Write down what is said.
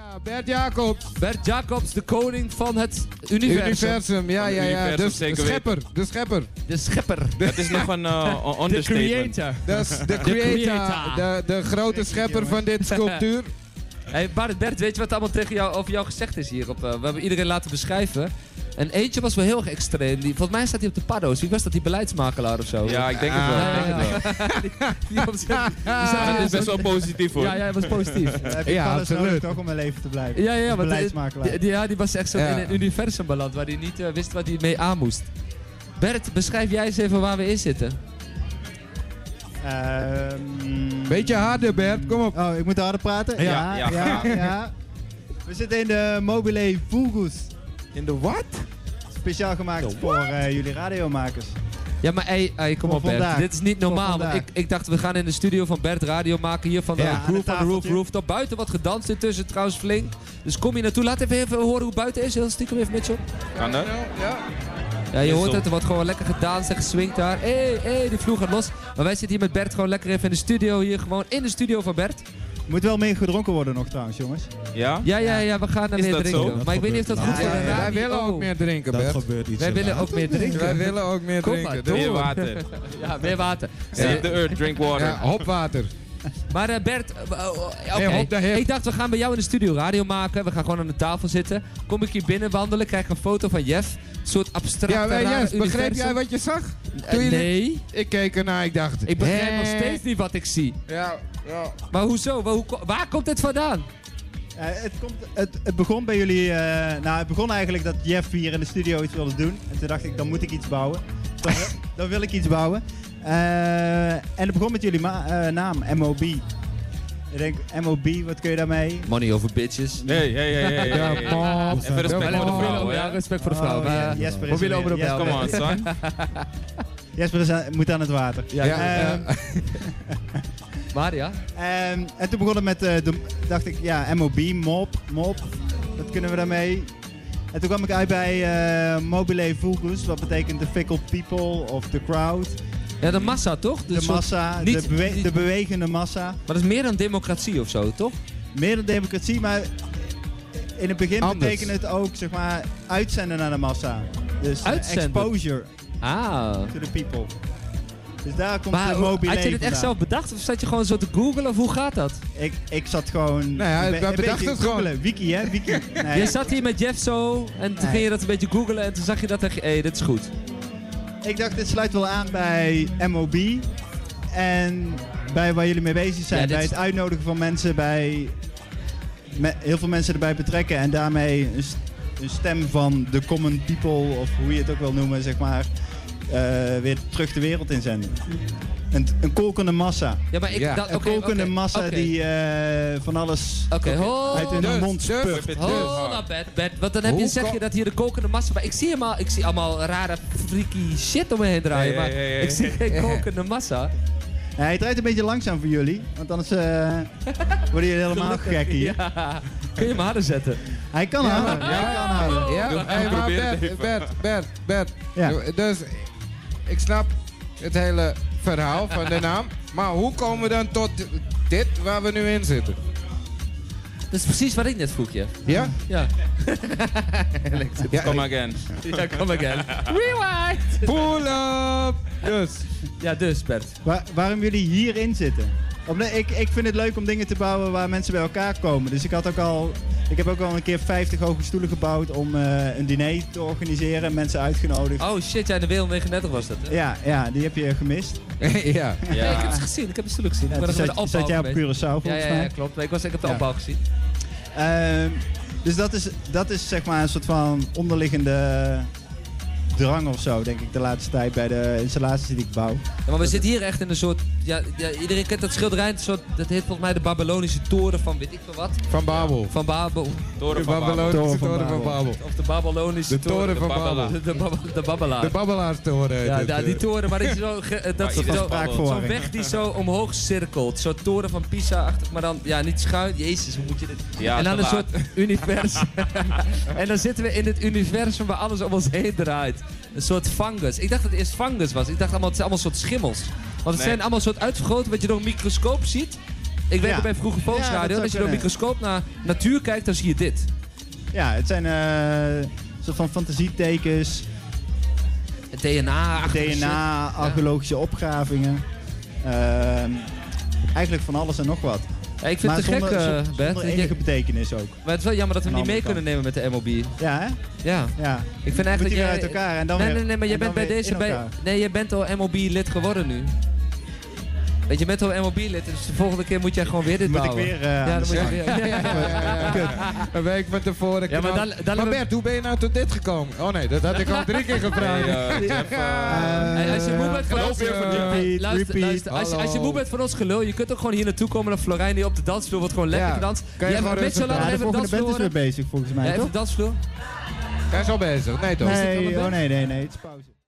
Bert Jacobs. Bert Jacobs, de koning van het universum. Ja. De schepper. De schepper. Dat is nog een De understatement. creator. Dat is de creator. De grote schepper van dit sculptuur. Hey Bert, weet je wat allemaal tegen jou, over jou gezegd is hier? We hebben iedereen laten beschrijven. En eentje was wel heel erg extreem. Volgens mij staat hij op de paddo's. Wie was dat, die beleidsmakelaar of zo? Ja, ik denk het wel. Dat is best wel positief hoor. Ja, hij was positief. Heb je alles nodig toch om in leven te blijven? Ja, beleidsmakelaar. Die was echt zo in een universum beland waar hij niet wist wat hij mee aan moest. Bert, beschrijf jij eens even waar we in zitten. Beetje harder, Bert. Kom op. Oh, ik moet harder praten? Ja. We zitten in de Mobile Vulgus. In de wat? Speciaal gemaakt voor jullie radiomakers. Ja, maar hey, kom op Bert. Dit is niet normaal. Want ik dacht, we gaan in de studio van Bert radio maken. Hier van de rooftop. Buiten wat gedanst intussen trouwens flink. Dus kom je naartoe. Laat even horen hoe buiten is. Heel stiekem even, Mitchell. Kan dat? Ja, je hoort het. Er wordt gewoon lekker gedanst en geswingd daar. Die vloer gaat los. Maar wij zitten hier met Bert gewoon lekker even in de studio. Hier gewoon in de studio van Bert. Moet wel meer gedronken worden nog trouwens, jongens. Ja? Ja, we gaan naar meer drinken. Zo? Maar ik weet niet of dat goed voor de radio. Wij willen ook meer drinken, Bert. Dat gebeurt niet. Wij willen ook meer drinken. Wij willen ook meer drinken. Meer water. Ja, meer water. Save the earth, drink water. Ja, hopwater. Maar Bert, Hey, ik dacht we gaan bij jou in de studio radio maken. We gaan gewoon aan de tafel zitten. Kom ik hier binnen wandelen, krijg een foto van Jeff. Een soort abstracte Yes, begreep jij wat je zag? Nee. Ik keek ernaar, ik dacht... Ik begrijp nog steeds niet wat ik zie. Ja. Maar hoezo? Waar komt dit vandaan? Het begon bij jullie... het begon eigenlijk dat Jeff hier in de studio iets wilde doen. En toen dacht ik, dan moet ik iets bouwen. Dan wil ik iets bouwen. En het begon met jullie naam, MOB. Ik denk, MOB, wat kun je daarmee? Money over bitches. Hey. Even respect voor de vrouw, ja, respect voor de vrouw. Jesper is mobiele omroep. Come on, son. Jesper moet aan het water. Maar ja. En toen begon het met, dacht ik, MOB, mop, wat kunnen we daarmee? En toen kwam ik uit bij Mobile Vulgus, wat betekent the fickle people of the crowd. Ja, de massa toch? De massa, de bewegende massa. Maar dat is meer dan democratie of zo, toch? Meer dan democratie, maar in het begin betekent het ook, zeg maar, uitzenden naar de massa. Dus exposure to the people. Dus daar komt de mobile. Had je dit echt zelf bedacht of zat je gewoon zo te googlen of hoe gaat dat? Ik zat gewoon... wij bedachten het gewoon. Wiki, hè? Wiki. Nee. Je zat hier met Jeff zo en toen ging je dat een beetje googlen en toen zag je dat en dit is goed. Ik dacht, dit sluit wel aan bij MOB en bij waar jullie mee bezig zijn. Bij het uitnodigen van mensen, bij heel veel mensen erbij betrekken en daarmee een stem van de common people, of hoe je het ook wil noemen, zeg maar, weer terug de wereld inzenden. Een kolkende massa. Ja, maar een kolkende massa die van alles uit hun mond spugt. Bert. Want dan zeg je dat hier de kolkende massa... Maar ik zie allemaal rare freaky shit om me heen draaien. Maar ik zie geen kolkende massa. Hij draait een beetje langzaam voor jullie. Want anders worden jullie helemaal gek hier. Ja. Kun je hem harder zetten? Hij kan harder. Bert. Ja. Dus ik snap het hele verhaal van de naam. Maar hoe komen we dan tot dit waar we nu in zitten? Dat is precies wat ik net vroeg, je. Ja? Ja. Come again. Ja, come again. Rewind! Pull up! Dus Bert. Waarom jullie hierin zitten? Ik vind het leuk om dingen te bouwen waar mensen bij elkaar komen. Dus ik heb ook al een keer 50 hoge stoelen gebouwd om een diner te organiseren en mensen uitgenodigd. Oh shit, de Wereld 39 was dat, hè? Ja, die heb je gemist. Ja, ik heb ze gezien. Ik heb de stoelen gezien. Ja, zat jij op Curaçao volgens mij? Ja, klopt. Ik heb de opbouw gezien. Dus dat is zeg maar een soort van onderliggende drang of zo, denk ik, de laatste tijd bij de installaties die ik bouw. Ja, maar we zitten hier echt in een soort... Ja, iedereen kent dat schilderij. Dat heet volgens mij de Babylonische toren van weet ik veel wat. Van Babel. Van Babel. Toren van Babel. Of de Babylonische toren van Babel. De Babbelaar. De Babbelaarstoren. Ja, die toren, maar dat is zo'n weg die zo omhoog cirkelt. Zo'n toren van Pisa-achtig, maar dan niet schuin. Jezus, hoe moet je dit... Ja, en dan een soort universum. En dan zitten we in het universum waar alles om ons heen draait. Een soort fungus. Ik dacht dat het eerst fungus was. Ik dacht het zijn allemaal soort schimmels. Want het zijn allemaal soort uitvergroten wat je door een microscoop ziet. Ik werk bij Vroege Volksradio. Als je door een microscoop naar natuur kijkt, dan zie je dit. Ja, het zijn soort van fantasietekens. DNA, archeologische opgravingen. Eigenlijk van alles en nog wat. Ja, ik vind het te gek, Bert. Zonder enige betekenis ook. Maar het is wel jammer dat we hem niet mee kunnen nemen met de MOB. Ja, hè? Ja. Ik vind eigenlijk jij uit elkaar en dan nee, maar jij bent bij deze... jij bent al MOB-lid geworden nu. Weet je, bent al MOB-lid, dus de volgende keer moet jij gewoon weer dit bouwen. Moet ik weer... dan moet je weer... Een week van tevoren. Ja, maar Bert, hoe ben je nou tot dit gekomen? Oh nee, dat had ik al 3 keer gevraagd. Als je moe bent van ons... Als je moe bent van ons gelul, je kunt ook gewoon hier naartoe komen naar Florijn die op de dansvloer wordt gewoon lekker gedanst. De volgende band is weer bezig volgens mij, toch? Even de dansvloer? Hij is al bezig, nee toch? Nee, het is pauze.